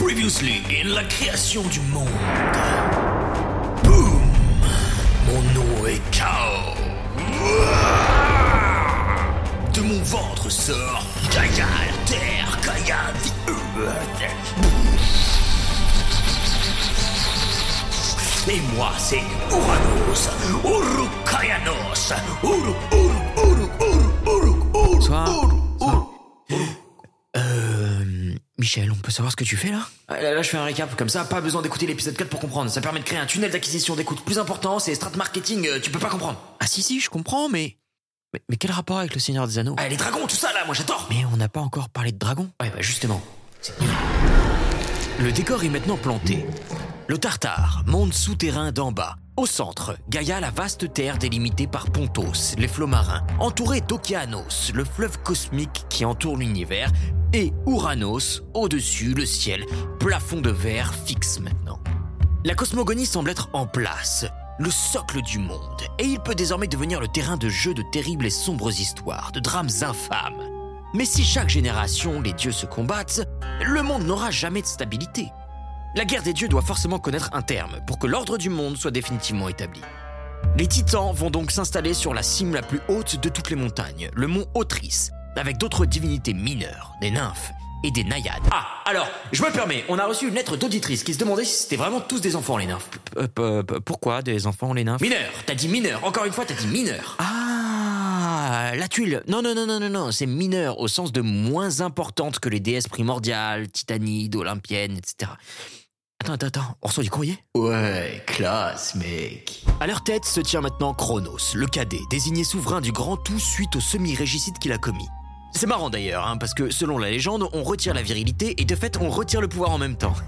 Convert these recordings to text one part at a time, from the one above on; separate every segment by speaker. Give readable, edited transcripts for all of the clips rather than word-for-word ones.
Speaker 1: Previously in la création du monde. Boom! Mon nom est Chaos. De mon ventre sort Gaïa, la terre, Gaïa, the earth. Et moi, c'est Uranos, Urukaianos,
Speaker 2: Bonsoir. Michel, on peut savoir ce que tu fais là ?
Speaker 3: Là, je fais un récap, comme ça, pas besoin d'écouter l'épisode 4 pour comprendre. Ça permet de créer un tunnel d'acquisition d'écoute plus important, c'est strat marketing, tu peux pas comprendre.
Speaker 2: Ah si, je comprends, mais quel rapport avec le Seigneur des Anneaux ?
Speaker 3: Ah, les dragons, tout ça là, moi j'adore.
Speaker 2: Mais on n'a pas encore parlé de dragons.
Speaker 3: Ouais, bah justement, c'est nul.
Speaker 1: Le décor est maintenant planté. Le Tartare, monde souterrain d'en bas. Au centre, Gaïa, la vaste terre délimitée par Pontos, les flots marins, entourée d'Okeanos, le fleuve cosmique qui entoure l'univers, et Uranos, au-dessus, le ciel, plafond de verre fixe maintenant. La cosmogonie semble être en place, le socle du monde, et il peut désormais devenir le terrain de jeu de terribles et sombres histoires, de drames infâmes. Mais si chaque génération, les dieux se combattent, le monde n'aura jamais de stabilité. La guerre des dieux doit forcément connaître un terme pour que l'ordre du monde soit définitivement établi. Les titans vont donc s'installer sur la cime la plus haute de toutes les montagnes, le mont Othrys, avec d'autres divinités mineures, des nymphes et des naïades.
Speaker 3: Ah, alors, je me permets, on a reçu une lettre d'auditrice qui se demandait si c'était vraiment tous des enfants les nymphes.
Speaker 2: Pourquoi des enfants, les nymphes ?
Speaker 3: Mineurs, t'as dit mineurs, encore une fois t'as dit mineurs.
Speaker 2: Ah, la tuile. Non, c'est mineur au sens de moins importante que les déesses primordiales, titanides, olympiennes, etc. Attends, on reçoit du courrier ?
Speaker 1: Ouais, classe, mec. À leur tête se tient maintenant Chronos, le cadet, désigné souverain du grand tout suite au semi-régicide qu'il a commis. C'est marrant d'ailleurs, parce que selon la légende, on retire la virilité et de fait, on retire le pouvoir en même temps.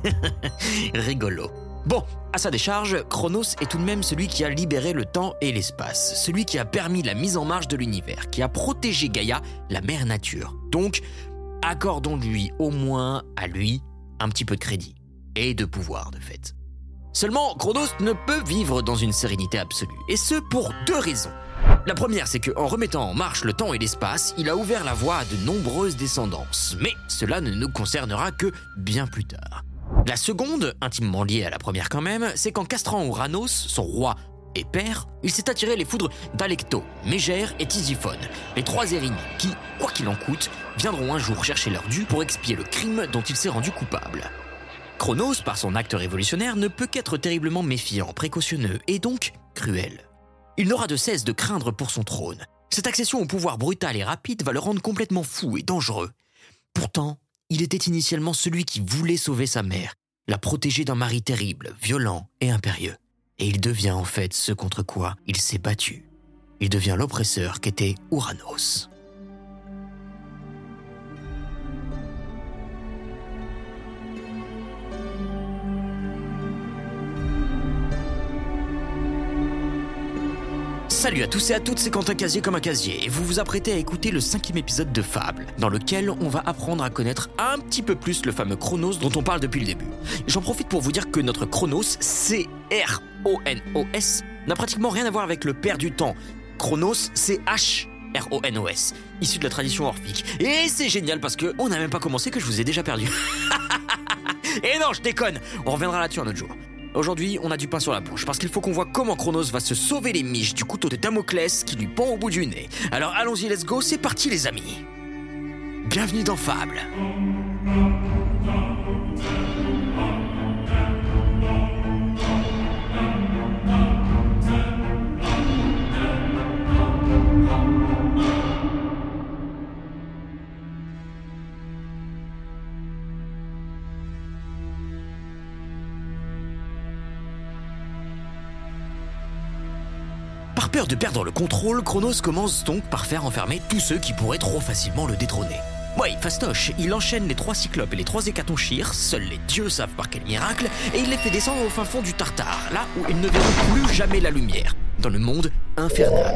Speaker 1: Rigolo. Bon, à sa décharge, Chronos est tout de même celui qui a libéré le temps et l'espace, celui qui a permis la mise en marche de l'univers, qui a protégé Gaïa, la mère nature. Donc, accordons-lui au moins, à lui, un petit peu de crédit. Et de pouvoir, de fait. Seulement, Chronos ne peut vivre dans une sérénité absolue, et ce pour deux raisons. La première, c'est qu'en remettant en marche le temps et l'espace, il a ouvert la voie à de nombreuses descendances, mais cela ne nous concernera que bien plus tard. La seconde, intimement liée à la première quand même, c'est qu'en castrant Uranos, son roi et père, il s'est attiré les foudres d'Alecto, Mégère et Tisiphone, les trois Érinies qui, quoi qu'il en coûte, viendront un jour chercher leur dû pour expier le crime dont il s'est rendu coupable. Chronos, par son acte révolutionnaire, ne peut qu'être terriblement méfiant, précautionneux et donc cruel. Il n'aura de cesse de craindre pour son trône. Cette accession au pouvoir brutal et rapide va le rendre complètement fou et dangereux. Pourtant, il était initialement celui qui voulait sauver sa mère, la protéger d'un mari terrible, violent et impérieux. Et il devient en fait ce contre quoi il s'est battu. Il devient l'oppresseur qu'était Uranos. Salut à tous et à toutes, c'est Quentin Casier comme un casier et vous vous apprêtez à écouter le 5e épisode de Fable, dans lequel on va apprendre à connaître un petit peu plus le fameux Chronos dont on parle depuis le début. J'en profite pour vous dire que notre Chronos, C-R-O-N-O-S, n'a pratiquement rien à voir avec le père du temps. Chronos, c'est H-R-O-N-O-S, issu de la tradition orphique. Et c'est génial parce que on n'a même pas commencé que je vous ai déjà perdu. Et non, je déconne, on reviendra là-dessus un autre jour. Aujourd'hui, on a du pain sur la bouche parce qu'il faut qu'on voit comment Chronos va se sauver les miches du couteau de Damoclès qui lui pend au bout du nez. Alors allons-y, let's go, c'est parti les amis. Bienvenue dans Fable. Par peur de perdre le contrôle, Chronos commence donc par faire enfermer tous ceux qui pourraient trop facilement le détrôner. Ouais, fastoche, il enchaîne les trois cyclopes et les trois hécatonchyres, seuls les dieux savent par quel miracle, et il les fait descendre au fin fond du Tartare, là où ils ne verront plus jamais la lumière, dans le monde infernal.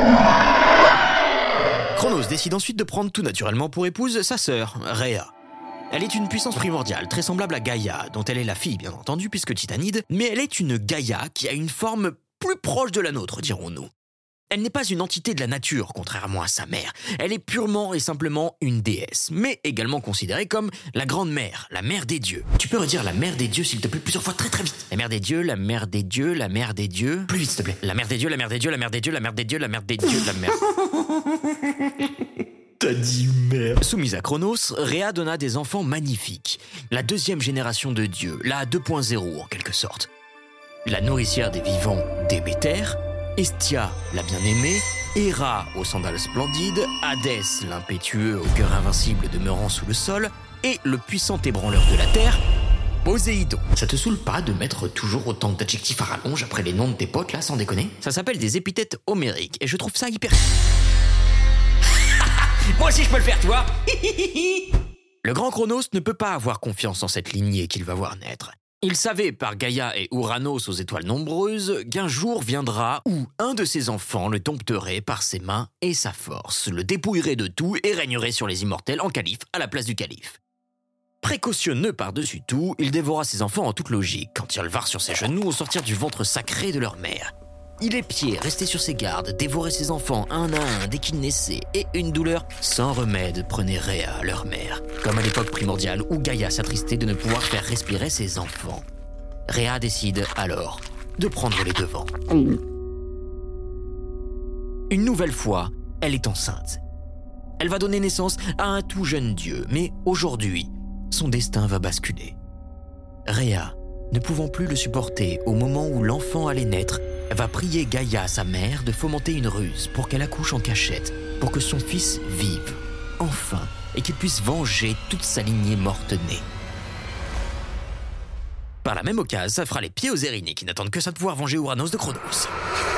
Speaker 1: Chronos décide ensuite de prendre tout naturellement pour épouse sa sœur, Rhea. Elle est une puissance primordiale, très semblable à Gaïa, dont elle est la fille bien entendu puisque titanide, mais elle est une Gaïa qui a une forme plus proche de la nôtre, dirons-nous.
Speaker 2: Elle n'est pas une entité de la nature, contrairement à sa mère. Elle est purement et simplement une déesse, mais également considérée comme la grande mère, la mère des dieux.
Speaker 3: Tu peux redire la mère des dieux, s'il te plaît, plusieurs fois, très très vite.
Speaker 2: La mère des dieux, la mère des dieux, la mère des dieux.
Speaker 3: Plus vite, s'il te plaît.
Speaker 2: La mère des dieux, la mère des dieux, la mère des dieux, la mère des dieux, la mère des dieux, la mère...
Speaker 3: T'as dit merde.
Speaker 2: Soumise à Cronos, Rhea donna des enfants magnifiques. La deuxième génération de dieux, la 2.0 en quelque sorte. La nourricière des vivants, Déméter, Hestia, la bien-aimée, Héra aux sandales splendides, Hadès, l'impétueux au cœur invincible demeurant sous le sol, et le puissant ébranleur de la terre, Poséidon.
Speaker 3: Ça te saoule pas de mettre toujours autant d'adjectifs à rallonge après les noms de tes potes là, sans déconner?
Speaker 2: Ça s'appelle des épithètes homériques, et je trouve ça hyper...
Speaker 3: Moi aussi je peux le faire, tu vois.
Speaker 2: Le grand Cronos ne peut pas avoir confiance en cette lignée qu'il va voir naître. Il savait par Gaïa et Ouranos aux étoiles nombreuses qu'un jour viendra où un de ses enfants le dompterait par ses mains et sa force, le dépouillerait de tout et régnerait sur les immortels en calife à la place du calife. Précautionneux par-dessus tout, il dévora ses enfants en toute logique quand ils vinrent sur ses genoux au sortir du ventre sacré de leur mère. Il épiait, restait sur ses gardes, dévorait ses enfants un à un dès qu'ils naissaient, et une douleur sans remède prenait Rhea, leur mère, comme à l'époque primordiale où Gaïa s'attristait de ne pouvoir faire respirer ses enfants. Rhea décide alors de prendre les devants. Une nouvelle fois, elle est enceinte. Elle va donner naissance à un tout jeune dieu, mais aujourd'hui, son destin va basculer. Rhea, ne pouvant plus le supporter au moment où l'enfant allait naître, va prier Gaïa, sa mère, de fomenter une ruse pour qu'elle accouche en cachette, pour que son fils vive, enfin, et qu'il puisse venger toute sa lignée morte-née. Par la même occasion, ça fera les pieds aux Érinés qui n'attendent que ça de pouvoir venger Ouranos de Cronos.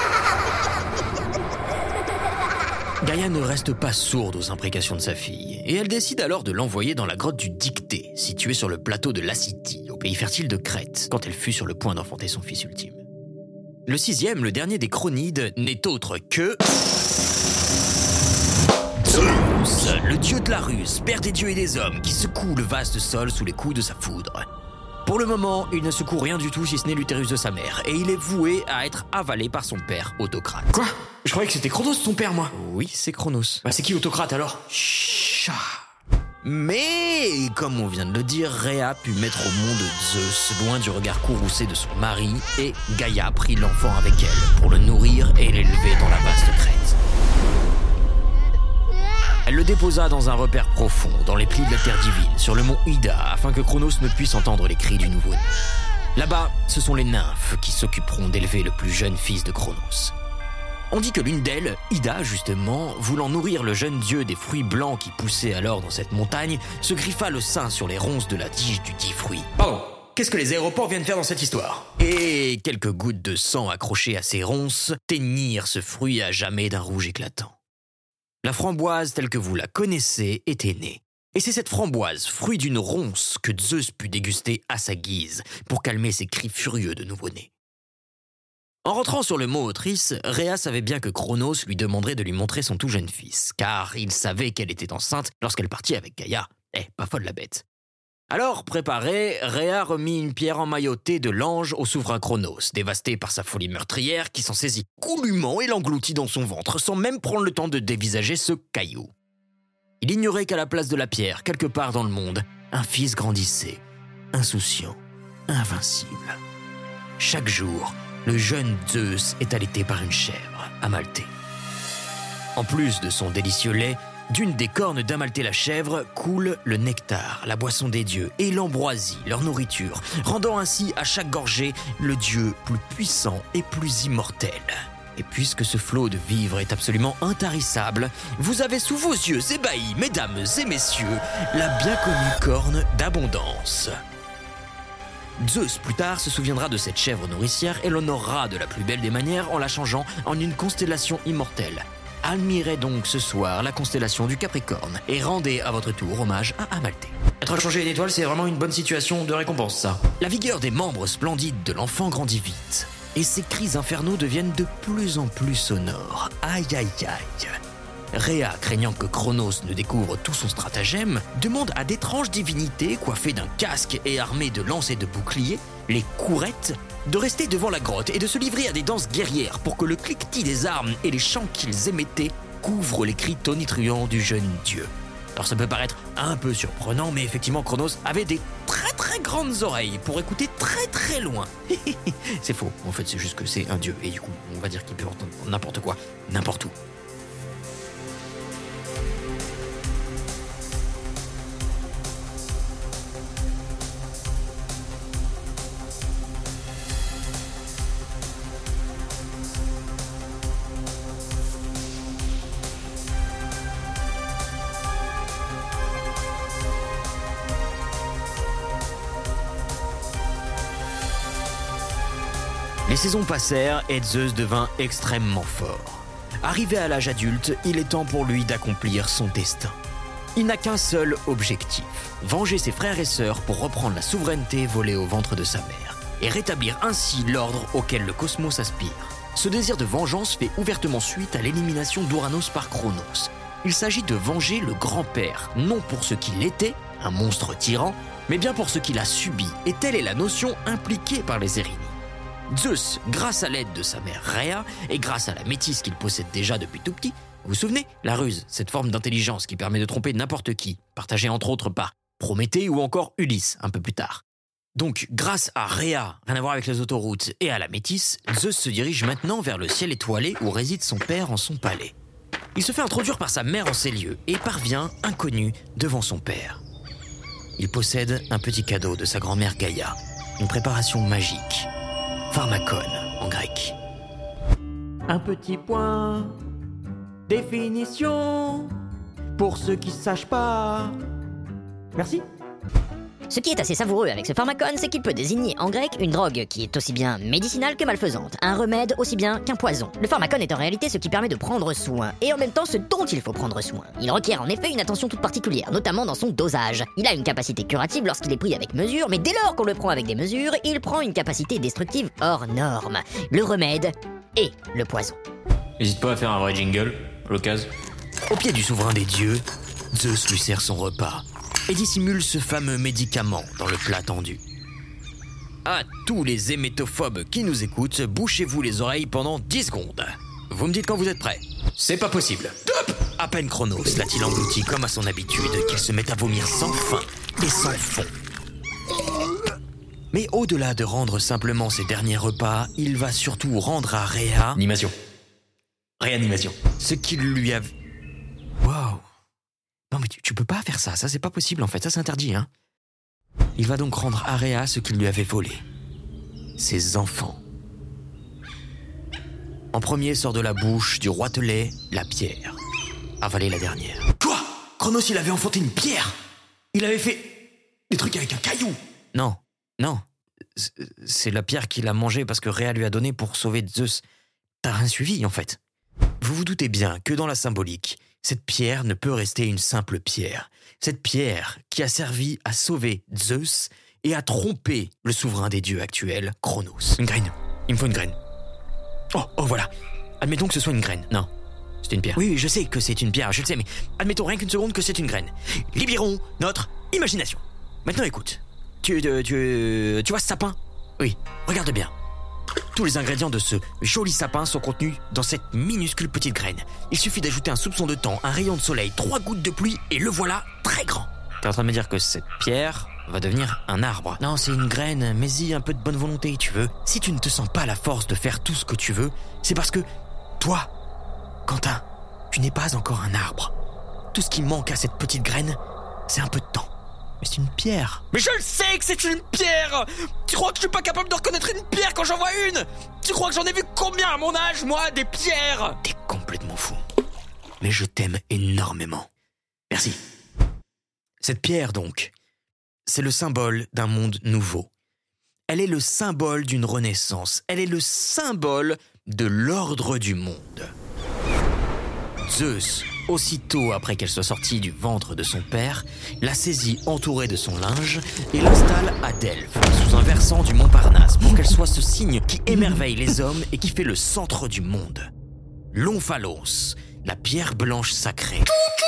Speaker 2: Gaïa ne reste pas sourde aux imprécations de sa fille, et elle décide alors de l'envoyer dans la grotte du Dictée, située sur le plateau de Lassitie, au pays fertile de Crète, quand elle fut sur le point d'enfanter son fils ultime. Le sixième, le dernier des Chronides, n'est autre que... Zeus, le dieu de la ruse, père des dieux et des hommes, qui secoue le vaste sol sous les coups de sa foudre. Pour le moment, il ne secoue rien du tout si ce n'est l'utérus de sa mère, et il est voué à être avalé par son père, Autocrate.
Speaker 3: Quoi? Je croyais que c'était Cronos ton père, moi.
Speaker 2: Oui, c'est Cronos.
Speaker 3: Bah c'est qui Autocrate alors?
Speaker 2: Chut. Mais, comme on vient de le dire, Rhea put mettre au monde Zeus, loin du regard courroucé de son mari, et Gaïa prit l'enfant avec elle pour le nourrir et l'élever dans la vaste Crète. Elle le déposa dans un repère profond, dans les plis de la terre divine, sur le mont Ida, afin que Cronos ne puisse entendre les cris du nouveau-né. Là-bas, ce sont les nymphes qui s'occuperont d'élever le plus jeune fils de Cronos. On dit que l'une d'elles, Ida justement, voulant nourrir le jeune dieu des fruits blancs qui poussaient alors dans cette montagne, se griffa le sein sur les ronces de la tige du dit fruit.
Speaker 3: Pardon, qu'est-ce que les aéroports viennent faire dans cette histoire?
Speaker 2: Et quelques gouttes de sang accrochées à ces ronces teignirent ce fruit à jamais d'un rouge éclatant. La framboise telle que vous la connaissez était née. Et c'est cette framboise, fruit d'une ronce, que Zeus put déguster à sa guise pour calmer ses cris furieux de nouveau-né. En rentrant sur le mont Otris, Rhea savait bien que Cronos lui demanderait de lui montrer son tout jeune fils, car il savait qu'elle était enceinte lorsqu'elle partit avec Gaïa. Pas folle la bête. Alors, préparée, Rhea remit une pierre emmaillotée de l'ange au souverain Cronos, dévasté par sa folie meurtrière qui s'en saisit goulûment et l'engloutit dans son ventre, sans même prendre le temps de dévisager ce caillou. Il ignorait qu'à la place de la pierre, quelque part dans le monde, un fils grandissait, insouciant, invincible. Chaque jour, le jeune Zeus est allaité par une chèvre, Amalthée. En plus de son délicieux lait, d'une des cornes d'Amalthée la chèvre coule le nectar, la boisson des dieux, et l'ambroisie, leur nourriture, rendant ainsi à chaque gorgée le dieu plus puissant et plus immortel. Et puisque ce flot de vivre est absolument intarissable, vous avez sous vos yeux ébahis, mesdames et messieurs, la bien connue corne d'abondance. Zeus, plus tard, se souviendra de cette chèvre nourricière et l'honorera de la plus belle des manières en la changeant en une constellation immortelle. Admirez donc ce soir la constellation du Capricorne et rendez à votre tour hommage à Amalthée.
Speaker 3: Être changé une étoile, c'est vraiment une bonne situation de récompense, ça.
Speaker 2: La vigueur des membres splendides de l'enfant grandit vite, et ses cris infernaux deviennent de plus en plus sonores. Aïe aïe aïe. Rhea, craignant que Cronos ne découvre tout son stratagème, demande à d'étranges divinités coiffées d'un casque et armées de lances et de boucliers, les courettes, de rester devant la grotte et de se livrer à des danses guerrières pour que le cliquetis des armes et les chants qu'ils émettaient couvrent les cris tonitruants du jeune dieu. Alors ça peut paraître un peu surprenant, mais effectivement Cronos avait des très très grandes oreilles pour écouter très très loin. C'est faux, en fait c'est juste que c'est un dieu, et du coup on va dire qu'il peut entendre n'importe quoi, n'importe où. Les saisons passèrent et Zeus devint extrêmement fort. Arrivé à l'âge adulte, il est temps pour lui d'accomplir son destin. Il n'a qu'un seul objectif, venger ses frères et sœurs pour reprendre la souveraineté volée au ventre de sa mère, et rétablir ainsi l'ordre auquel le cosmos aspire. Ce désir de vengeance fait ouvertement suite à l'élimination d'Ouranos par Cronos. Il s'agit de venger le grand-père, non pour ce qu'il était, un monstre tyran, mais bien pour ce qu'il a subi, et telle est la notion impliquée par les Érini. Zeus, grâce à l'aide de sa mère Rhea et grâce à la métisse qu'il possède déjà depuis tout petit, vous vous souvenez, la ruse, cette forme d'intelligence qui permet de tromper n'importe qui, partagée entre autres par Prométhée ou encore Ulysse un peu plus tard. Donc, grâce à Rhea, rien à voir avec les autoroutes, et à la métisse, Zeus se dirige maintenant vers le ciel étoilé où réside son père en son palais. Il se fait introduire par sa mère en ces lieux et parvient, inconnu, devant son père. Il possède un petit cadeau de sa grand-mère Gaïa, une préparation magique. Pharmakon, en grec. Un petit point, définition, pour ceux qui ne sachent pas. Merci.
Speaker 4: Ce qui est assez savoureux avec ce pharmacone, c'est qu'il peut désigner en grec une drogue qui est aussi bien médicinale que malfaisante, un remède aussi bien qu'un poison. Le pharmacone est en réalité ce qui permet de prendre soin, et en même temps ce dont il faut prendre soin. Il requiert en effet une attention toute particulière, notamment dans son dosage. Il a une capacité curative lorsqu'il est pris avec mesure, mais dès lors qu'on le prend avec des mesures, il prend une capacité destructive hors norme. Le remède et le poison.
Speaker 3: N'hésite pas à faire un vrai jingle, à l'occasion.
Speaker 2: Au pied du souverain des dieux, Zeus lui sert son repas et dissimule ce fameux médicament dans le plat tendu. À tous les hémétophobes qui nous écoutent, bouchez-vous les oreilles pendant 10 secondes. Vous me dites quand vous êtes prêts.
Speaker 3: C'est pas possible.
Speaker 2: Top ! À peine Cronos l'a-t-il englouti comme à son habitude qu'il se met à vomir sans fin et sans fond. Mais au-delà de rendre simplement ses derniers repas, il va surtout rendre à Rhea...
Speaker 3: Animation. Réanimation.
Speaker 2: Ce qu'il lui a... Waouh. Non mais tu peux pas faire ça c'est pas possible en fait, ça c'est interdit hein. Il va donc rendre à Rhea ce qu'il lui avait volé. Ses enfants. En premier sort de la bouche du roitelet la pierre. Avalez la dernière.
Speaker 3: Quoi ? Cronos il avait enfanté une pierre ? Il avait fait des trucs avec un caillou ?
Speaker 2: Non. C'est la pierre qu'il a mangée parce que Rhea lui a donné pour sauver Zeus. T'as rien suivi en fait. Vous vous doutez bien que dans la symbolique, cette pierre ne peut rester une simple pierre. Cette pierre qui a servi à sauver Zeus et à tromper le souverain des dieux actuel, Cronos.
Speaker 3: Une graine. Il me faut une graine.
Speaker 2: Oh voilà. Admettons que ce soit une graine. Non, c'est une pierre. Oui, je sais que c'est une pierre, je le sais, mais admettons rien qu'une seconde que c'est une graine. Libérons notre imagination. Maintenant écoute. Tu vois ce sapin ? Oui, regarde bien. Tous les ingrédients de ce joli sapin sont contenus dans cette minuscule petite graine. Il suffit d'ajouter un soupçon de temps, un rayon de soleil, 3 gouttes de pluie et le voilà très grand. T'es en train de me dire que cette pierre va devenir un arbre. Non, c'est une graine, mets-y un peu de bonne volonté, tu veux. Si tu ne te sens pas la force de faire tout ce que tu veux, c'est parce que toi, Quentin, tu n'es pas encore un arbre. Tout ce qui manque à cette petite graine, c'est un peu de temps. Mais c'est une pierre. Mais je le sais que c'est une pierre. Tu crois que je suis pas capable de reconnaître une pierre quand j'en vois une ? Tu crois que j'en ai vu combien à mon âge, moi, des pierres ? T'es complètement fou. Mais je t'aime énormément. Merci. Cette pierre, donc, c'est le symbole d'un monde nouveau. Elle est le symbole d'une renaissance. Elle est le symbole de l'ordre du monde. Zeus, aussitôt après qu'elle soit sortie du ventre de son père, la saisit entourée de son linge et l'installe à Delphes, sous un versant du mont Parnasse, pour qu'elle soit ce signe qui émerveille les hommes et qui fait le centre du monde. L'omphalos, la pierre blanche sacrée.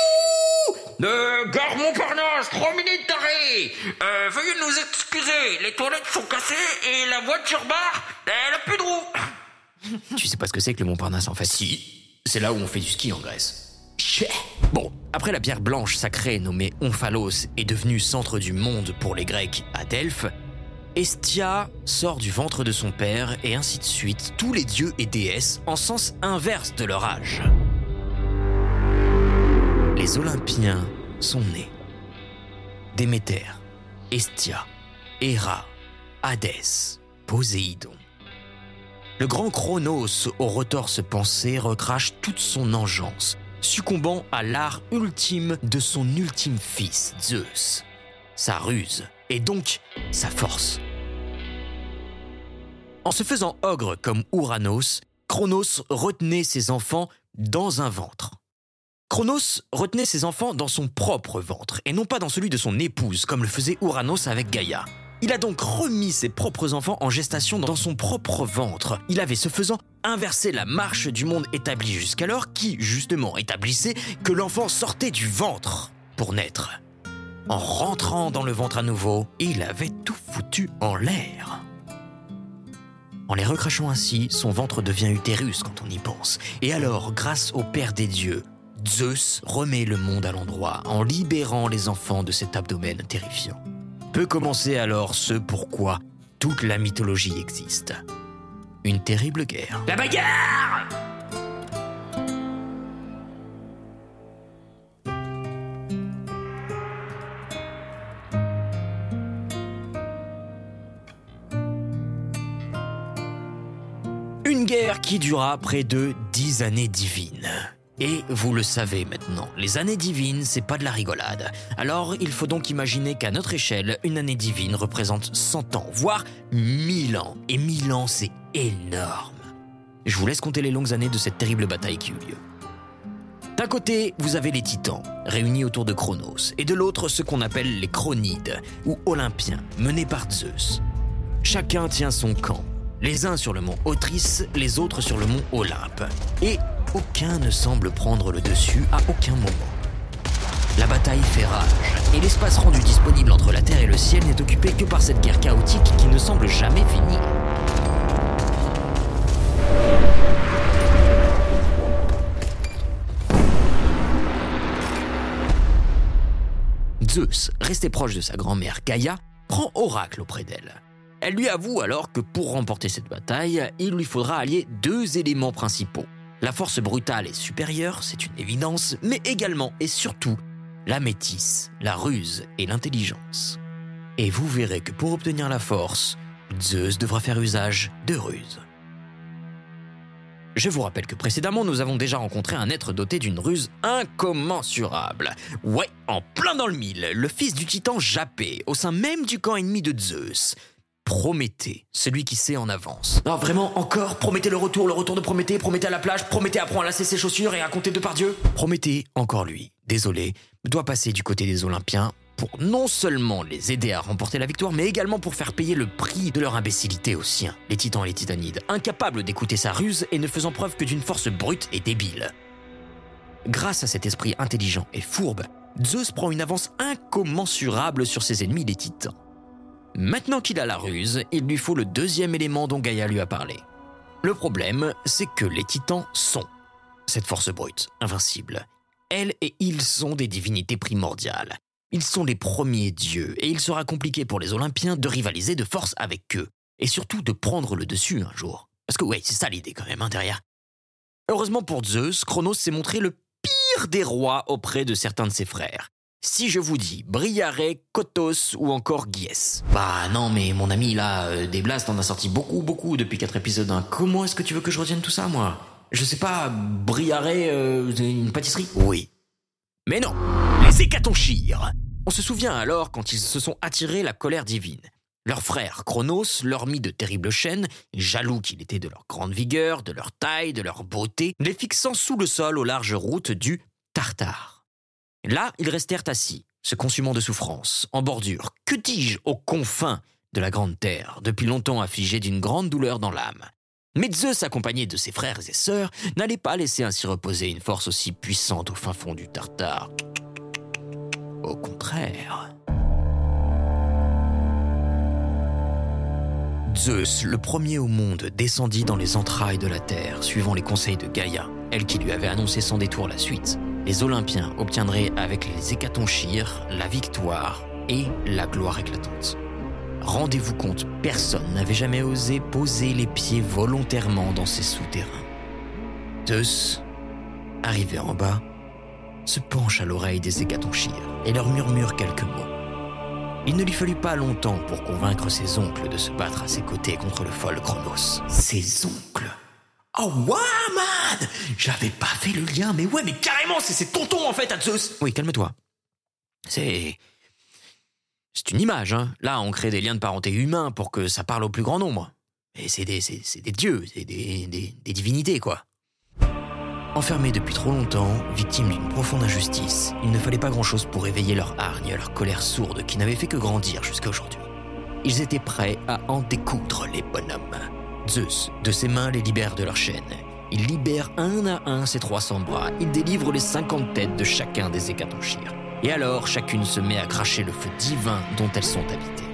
Speaker 3: Gare Montparnasse, 3 minutes d'arrêt. Veuillez nous excuser, les toilettes sont cassées et la voiture barre, elle a plus de roues.
Speaker 2: Tu sais pas ce que c'est que le Montparnasse en fait?
Speaker 3: Si, c'est là où on fait du ski en Grèce.
Speaker 2: Bon, après la pierre blanche sacrée nommée Omphalos est devenue centre du monde pour les Grecs à Delphes, Hestia sort du ventre de son père et ainsi de suite tous les dieux et déesses en sens inverse de leur âge. Les Olympiens sont nés. Déméter, Hestia, Héra, Hadès, Poséidon. Le grand Cronos, au retorse pensé, recrache toute son engeance, succombant à l'art ultime de son ultime fils, Zeus. Sa ruse, et donc sa force. En se faisant ogre comme Ouranos, Cronos retenait ses enfants dans un ventre. Cronos retenait ses enfants dans son propre ventre, et non pas dans celui de son épouse, comme le faisait Ouranos avec Gaïa. Il a donc remis ses propres enfants en gestation dans son propre ventre. Il avait, ce faisant, inversé la marche du monde établi jusqu'alors, qui, justement, établissait que l'enfant sortait du ventre pour naître. En rentrant dans le ventre à nouveau, il avait tout foutu en l'air. En les recrachant ainsi, son ventre devient utérus quand on y pense. Et alors, grâce au Père des dieux, Zeus remet le monde à l'endroit en libérant les enfants de cet abdomen terrifiant. Peut commencer alors ce pourquoi toute la mythologie existe. Une terrible guerre.
Speaker 3: La bagarre!
Speaker 2: Une guerre qui dura près de 10 années divines. Et vous le savez maintenant, les années divines, c'est pas de la rigolade. Alors, il faut donc imaginer qu'à notre échelle, une année divine représente 100 ans, voire 1000 ans. Et 1000 ans, c'est énorme. Je vous laisse compter les longues années de cette terrible bataille qui eut lieu. D'un côté, vous avez les titans, réunis autour de Cronos, et de l'autre, ceux qu'on appelle les Chronides, ou Olympiens, menés par Zeus. Chacun tient son camp, les uns sur le mont Otris, les autres sur le mont Olympe. Et aucun ne semble prendre le dessus à aucun moment. La bataille fait rage, et l'espace rendu disponible entre la Terre et le ciel n'est occupé que par cette guerre chaotique qui ne semble jamais finir. Zeus, resté proche de sa grand-mère Gaïa, prend oracle auprès d'elle. Elle lui avoue alors que pour remporter cette bataille, il lui faudra allier 2 éléments principaux. La force brutale et supérieure, c'est une évidence, mais également et surtout la métisse, la ruse et l'intelligence. Et vous verrez que pour obtenir la force, Zeus devra faire usage de ruse. Je vous rappelle que précédemment, nous avons déjà rencontré un être doté d'une ruse incommensurable. Ouais, en plein dans le mille, le fils du titan Japet, au sein même du camp ennemi de Zeus. Prométhée, celui qui sait en avance.
Speaker 3: Non, vraiment, encore? Prométhée le retour de Prométhée, Prométhée à la plage, Prométhée apprend à lasser ses chaussures et à compter 2 par Dieu.
Speaker 2: Prométhée, encore lui, désolé, doit passer du côté des Olympiens pour non seulement les aider à remporter la victoire, mais également pour faire payer le prix de leur imbécilité aux siens, les titans et les titanides, incapables d'écouter sa ruse et ne faisant preuve que d'une force brute et débile. Grâce à cet esprit intelligent et fourbe, Zeus prend une avance incommensurable sur ses ennemis les titans. Maintenant qu'il a la ruse, il lui faut le 2e élément dont Gaïa lui a parlé. Le problème, c'est que les titans sont cette force brute, invincible. Elles et ils sont des divinités primordiales. Ils sont les premiers dieux, et il sera compliqué pour les Olympiens de rivaliser de force avec eux, et surtout de prendre le dessus un jour. Parce que ouais, c'est ça l'idée quand même, derrière. Heureusement pour Zeus, Cronos s'est montré le pire des rois auprès de certains de ses frères. Si je vous dis Briarée, Kotos ou encore Gyes.
Speaker 3: Bah non, mais mon ami là, des blasts, on a sorti beaucoup depuis 4 épisodes. Hein. Comment est-ce que tu veux que je retienne tout ça, moi? Je sais pas, Briarée, une pâtisserie?
Speaker 2: Oui. Mais non, les hécatonchires. On se souvient alors quand ils se sont attirés la colère divine. Leur frère Cronos leur mit de terribles chaînes, jaloux qu'il était de leur grande vigueur, de leur taille, de leur beauté, les fixant sous le sol aux larges routes du Tartare. Là, ils restèrent assis, se consumant de souffrance, en bordure, que dis-je, aux confins de la grande terre, depuis longtemps affligés d'une grande douleur dans l'âme. Mais Zeus, accompagné de ses frères et sœurs, n'allait pas laisser ainsi reposer une force aussi puissante au fin fond du Tartare. Au contraire. Zeus, le premier au monde, descendit dans les entrailles de la terre, suivant les conseils de Gaïa, elle qui lui avait annoncé sans détour la suite. Les Olympiens obtiendraient avec les Hécatonchires la victoire et la gloire éclatante. Rendez-vous compte, personne n'avait jamais osé poser les pieds volontairement dans ces souterrains. Zeus, arrivé en bas, se penche à l'oreille des Hécatonchires et leur murmure quelques mots. Il ne lui fallut pas longtemps pour convaincre ses oncles de se battre à ses côtés contre le folle Cronos. Ses oncles? Oh ouais, man! J'avais pas fait le lien, mais carrément, c'est ses tontons en fait à Zeus! Oui, calme-toi. C'est une image, hein. Là, on crée des liens de parenté humains pour que ça parle au plus grand nombre. Et c'est des dieux, c'est des divinités, quoi. Enfermés depuis trop longtemps, victimes d'une profonde injustice, il ne fallait pas grand-chose pour éveiller leur hargne, leur colère sourde qui n'avait fait que grandir jusqu'à aujourd'hui. Ils étaient prêts à en découdre, les bonhommes. Zeus, de ses mains, les libère de leurs chaînes. Il libère un à un ses 300 bras. Il délivre les 50 têtes de chacun des Hécatonchires. Et alors, chacune se met à cracher le feu divin dont elles sont habitées.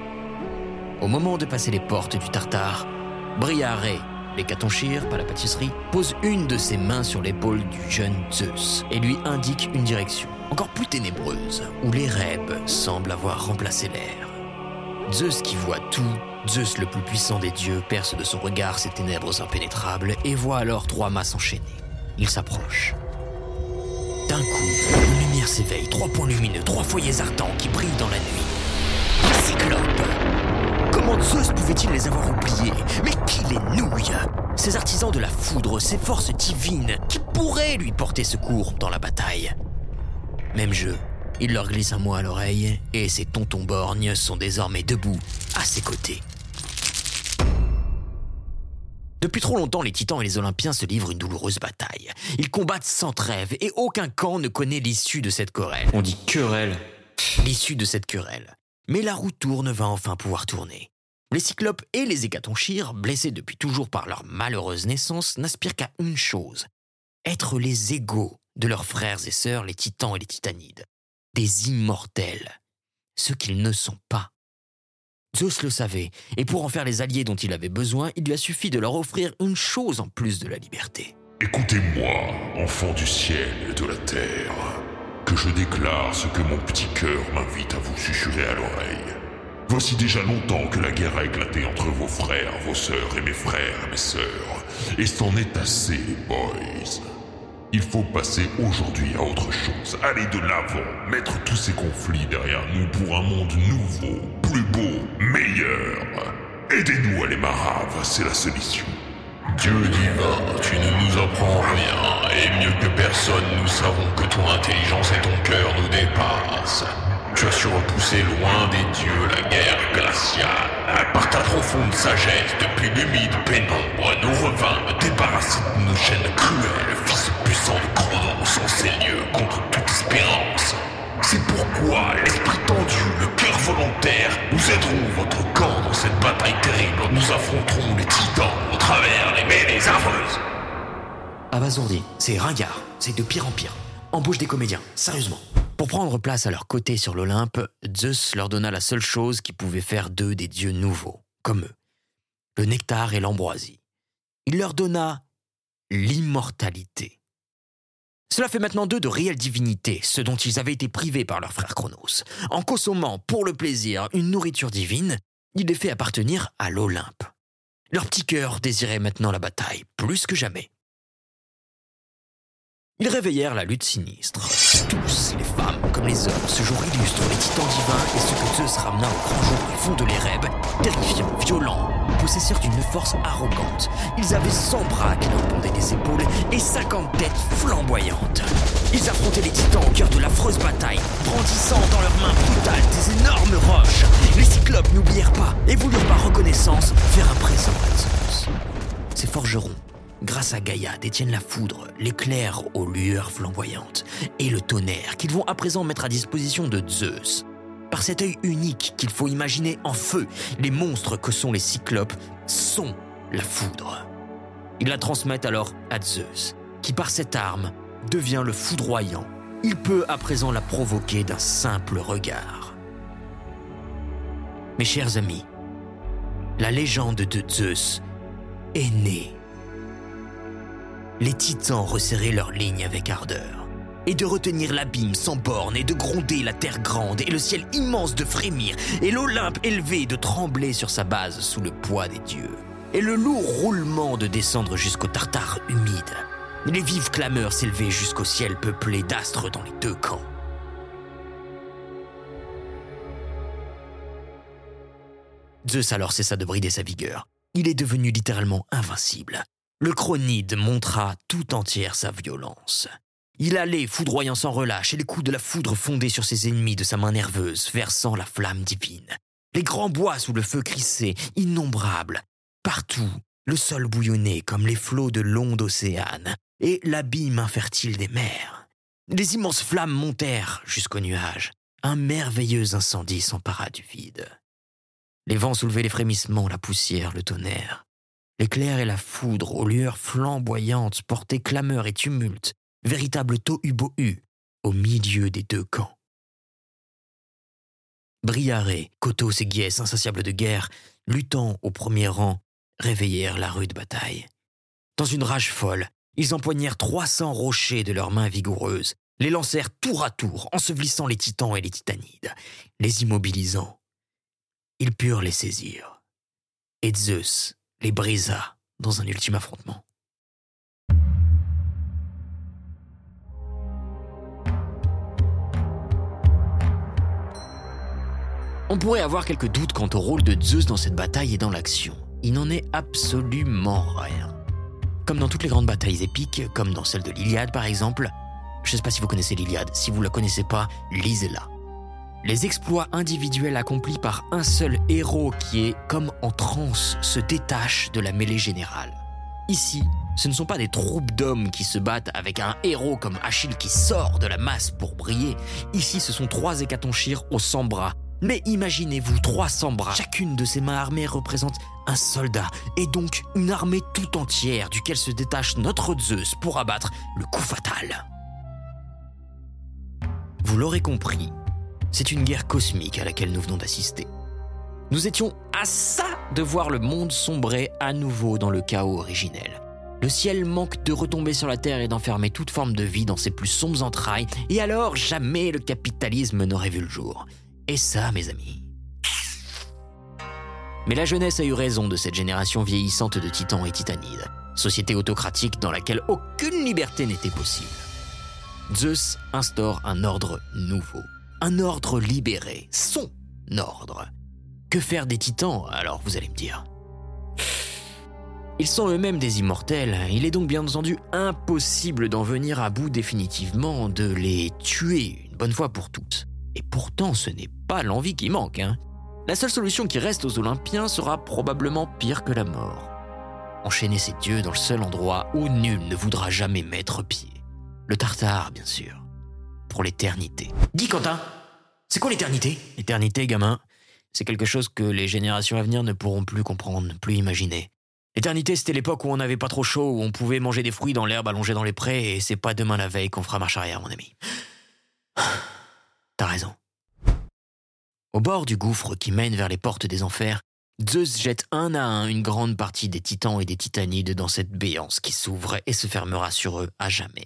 Speaker 2: Au moment de passer les portes du Tartare, Briarée, l'Hécatonchire, pas la pâtisserie, pose une de ses mains sur l'épaule du jeune Zeus et lui indique une direction, encore plus ténébreuse, où les rêves semblent avoir remplacé l'air. Zeus qui voit tout, Zeus le plus puissant des dieux, perce de son regard ces ténèbres impénétrables et voit alors 3 mâts s'enchaîner. Il s'approche. D'un coup, une lumière s'éveille, 3 points lumineux, 3 foyers ardents qui brillent dans la nuit. Les cyclopes! Comment Zeus pouvait-il les avoir oubliés? Mais qui les nouille? Ces artisans de la foudre, ces forces divines, qui pourraient lui porter secours dans la bataille? Même jeu, il leur glisse un mot à l'oreille, et ses tontons borgnes sont désormais debout, à ses côtés. Depuis trop longtemps, les Titans et les Olympiens se livrent une douloureuse bataille. Ils combattent sans trêve, et aucun camp ne connaît l'issue de cette querelle.
Speaker 3: On dit querelle.
Speaker 2: L'issue de cette querelle. Mais la roue tourne va enfin pouvoir tourner. Les Cyclopes et les Hécatonchires, blessés depuis toujours par leur malheureuse naissance, n'aspirent qu'à une chose, être les égaux de leurs frères et sœurs, les Titans et les Titanides. Des immortels, ce qu'ils ne sont pas. Zeus le savait, et pour en faire les alliés dont il avait besoin, il lui a suffi de leur offrir une chose en plus de la liberté.
Speaker 5: Écoutez-moi, enfants du ciel et de la terre, que je déclare ce que mon petit cœur m'invite à vous susurrer à l'oreille. Voici déjà longtemps que la guerre a éclaté entre vos frères, vos sœurs et mes frères et mes sœurs. Et c'en est assez, boys. Il faut passer aujourd'hui à autre chose. Aller de l'avant, mettre tous ces conflits derrière nous pour un monde nouveau, plus beau, meilleur. Aidez-nous à les marave, c'est la solution. Dieu divin, tu ne nous apprends rien, et mieux que personne, nous savons que ton intelligence et ton cœur nous dépassent. Tu as su repousser loin des dieux la guerre glaciale. Par ta profonde sagesse, depuis l'humide pénombre, nous revînmes débarrassés de nos chaînes cruelles, fils puissant de Cronos en ces lieux contre toute espérance. C'est pourquoi, l'esprit tendu, le cœur volontaire, nous aiderons votre camp dans cette bataille terrible. Nous affronterons les titans au travers les mêlées affreuses.
Speaker 2: Abasourdi, c'est ringard, c'est de pire en pire. Embauche des comédiens, sérieusement. Pour prendre place à leur côté sur l'Olympe, Zeus leur donna la seule chose qui pouvait faire d'eux des dieux nouveaux, comme eux, le nectar et l'ambroisie. Il leur donna l'immortalité. Cela fait maintenant d'eux de réelles divinités, ce dont ils avaient été privés par leur frère Cronos. En consommant, pour le plaisir, une nourriture divine, il les fait appartenir à l'Olympe. Leur petit cœur désirait maintenant la bataille, plus que jamais. Ils réveillèrent la lutte sinistre. Tous, les femmes comme les hommes, ce jour illustre les titans divins et ce que Zeus ramena au grand jour du fond de l'Érèbe, terrifiants, violents, possesseurs d'une force arrogante. Ils avaient 100 bras qui leur pendaient des épaules et 50 têtes flamboyantes. Ils affrontaient les titans au cœur de l'affreuse bataille, brandissant dans leurs mains brutales des énormes roches. Les cyclopes n'oublièrent pas et voulurent par reconnaissance faire un présent à Zeus. Ces forgerons, grâce à Gaïa, détiennent la foudre, l'éclair aux lueurs flamboyantes et le tonnerre qu'ils vont à présent mettre à disposition de Zeus. Par cet œil unique qu'il faut imaginer en feu, les monstres que sont les cyclopes sont la foudre. Ils la transmettent alors à Zeus, qui par cette arme devient le foudroyant. Il peut à présent la provoquer d'un simple regard. Mes chers amis, la légende de Zeus est née. Les titans resserraient leurs lignes avec ardeur, et de retenir l'abîme sans bornes, et de gronder la terre grande, et le ciel immense de frémir, et l'Olympe élevé de trembler sur sa base sous le poids des dieux, et le lourd roulement de descendre jusqu'au Tartare humide, les vives clameurs s'élevaient jusqu'au ciel peuplé d'astres dans les deux camps. Zeus alors cessa de brider sa vigueur. Il est devenu littéralement invincible. Le Chronide montra tout entière sa violence. Il allait, foudroyant sans relâche, et les coups de la foudre fondaient sur ses ennemis de sa main nerveuse, versant la flamme divine. Les grands bois sous le feu crissaient, innombrables. Partout, le sol bouillonnait comme les flots de l'onde océane, et l'abîme infertile des mers. Les immenses flammes montèrent jusqu'aux nuages. Un merveilleux incendie s'empara du vide. Les vents soulevaient les frémissements, la poussière, le tonnerre. L'éclair et la foudre, aux lueurs flamboyantes, portaient clameur et tumulte, véritable tohu-bohu, au milieu des deux camps. Briarée, Kotos et Gyes, insatiables de guerre, luttant au premier rang, réveillèrent la rude bataille. Dans une rage folle, ils empoignèrent 300 rochers de leurs mains vigoureuses, les lancèrent tour à tour, ensevelissant les titans et les titanides, les immobilisant. Ils purent les saisir, et Zeus les brisa dans un ultime affrontement. On pourrait avoir quelques doutes quant au rôle de Zeus dans cette bataille et dans l'action. Il n'en est absolument rien. Comme dans toutes les grandes batailles épiques, comme dans celle de l'Iliade par exemple, je ne sais pas si vous connaissez l'Iliade, si vous ne la connaissez pas, lisez-la. Les exploits individuels accomplis par un seul héros qui est, comme en transe, se détachent de la mêlée générale. Ici, ce ne sont pas des troupes d'hommes qui se battent avec un héros comme Achille qui sort de la masse pour briller. Ici, ce sont 3 hécatonchires aux 100 bras. Mais imaginez-vous 300 bras. Chacune de ces mains armées représente un soldat, et donc une armée tout entière duquel se détache notre Zeus pour abattre le coup fatal. Vous l'aurez compris, c'est une guerre cosmique à laquelle nous venons d'assister. Nous étions à ça de voir le monde sombrer à nouveau dans le chaos originel. Le ciel manque de retomber sur la terre et d'enfermer toute forme de vie dans ses plus sombres entrailles, et alors jamais le capitalisme n'aurait vu le jour. Et ça, mes amis. Mais la jeunesse a eu raison de cette génération vieillissante de titans et titanides, société autocratique dans laquelle aucune liberté n'était possible. Zeus instaure un ordre nouveau, un ordre libéré, son ordre. Que faire des titans, alors, vous allez me dire ? Ils sont eux-mêmes des immortels, il est donc bien entendu impossible d'en venir à bout définitivement, de les tuer une bonne fois pour toutes. Et pourtant, ce n'est pas l'envie qui manque, hein. La seule solution qui reste aux Olympiens sera probablement pire que la mort. Enchaîner ces dieux dans le seul endroit où nul ne voudra jamais mettre pied. Le Tartare, bien sûr. Pour l'éternité.
Speaker 3: Dis Quentin, c'est quoi l'éternité ?
Speaker 2: L'éternité, gamin, c'est quelque chose que les générations à venir ne pourront plus comprendre, plus imaginer. L'éternité, c'était l'époque où on n'avait pas trop chaud, où on pouvait manger des fruits dans l'herbe allongée dans les prés, et c'est pas demain la veille qu'on fera marche arrière, mon ami. T'as raison. Au bord du gouffre qui mène vers les portes des enfers, Zeus jette un à un une grande partie des titans et des titanides dans cette béance qui s'ouvre et se fermera sur eux à jamais.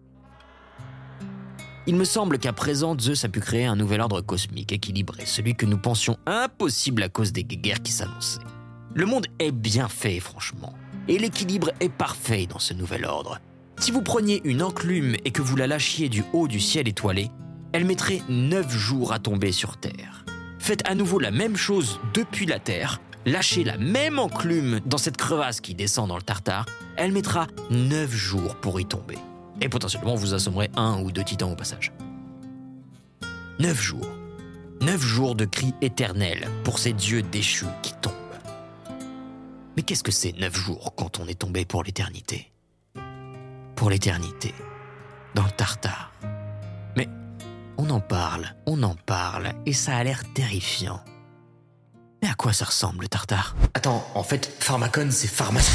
Speaker 2: Il me semble qu'à présent, Zeus a pu créer un nouvel ordre cosmique équilibré, celui que nous pensions impossible à cause des guerres qui s'annonçaient. Le monde est bien fait, franchement, et l'équilibre est parfait dans ce nouvel ordre. Si vous preniez une enclume et que vous la lâchiez du haut du ciel étoilé, elle mettrait 9 jours à tomber sur Terre. Faites à nouveau la même chose depuis la Terre, lâchez la même enclume dans cette crevasse qui descend dans le Tartare, elle mettra 9 jours pour y tomber. Et potentiellement, vous assommerez 1 ou 2 titans au passage. 9 jours. 9 jours de cris éternels pour ces dieux déchus qui tombent. Mais qu'est-ce que c'est 9 jours quand on est tombé pour l'éternité ? Pour l'éternité, dans le Tartare. Mais on en parle, et ça a l'air terrifiant. Mais à quoi ça ressemble, le tartare?
Speaker 3: Attends, en fait, Pharmacon, c'est pharmacie.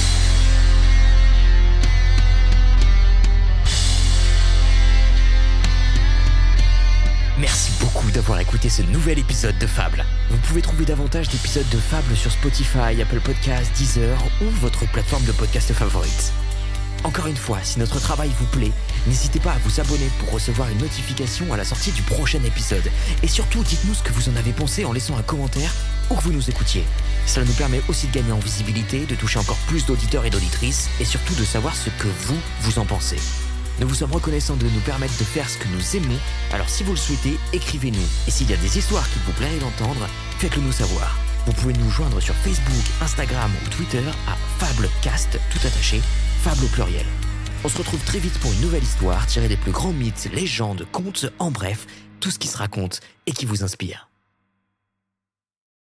Speaker 2: Merci beaucoup d'avoir écouté ce nouvel épisode de Fable. Vous pouvez trouver davantage d'épisodes de Fable sur Spotify, Apple Podcasts, Deezer ou votre plateforme de podcast favorite. Encore une fois, si notre travail vous plaît, n'hésitez pas à vous abonner pour recevoir une notification à la sortie du prochain épisode. Et surtout, dites-nous ce que vous en avez pensé en laissant un commentaire ou que vous nous écoutiez. Cela nous permet aussi de gagner en visibilité, de toucher encore plus d'auditeurs et d'auditrices, et surtout de savoir ce que vous en pensez. Nous vous sommes reconnaissants de nous permettre de faire ce que nous aimons, alors si vous le souhaitez, écrivez-nous. Et s'il y a des histoires qu'il vous plairait d'entendre, faites-le nous savoir. Vous pouvez nous joindre sur Facebook, Instagram ou Twitter à Fablecast, tout attaché, Fable au pluriel. On se retrouve très vite pour une nouvelle histoire tirée des plus grands mythes, légendes, contes, en bref, tout ce qui se raconte et qui vous inspire.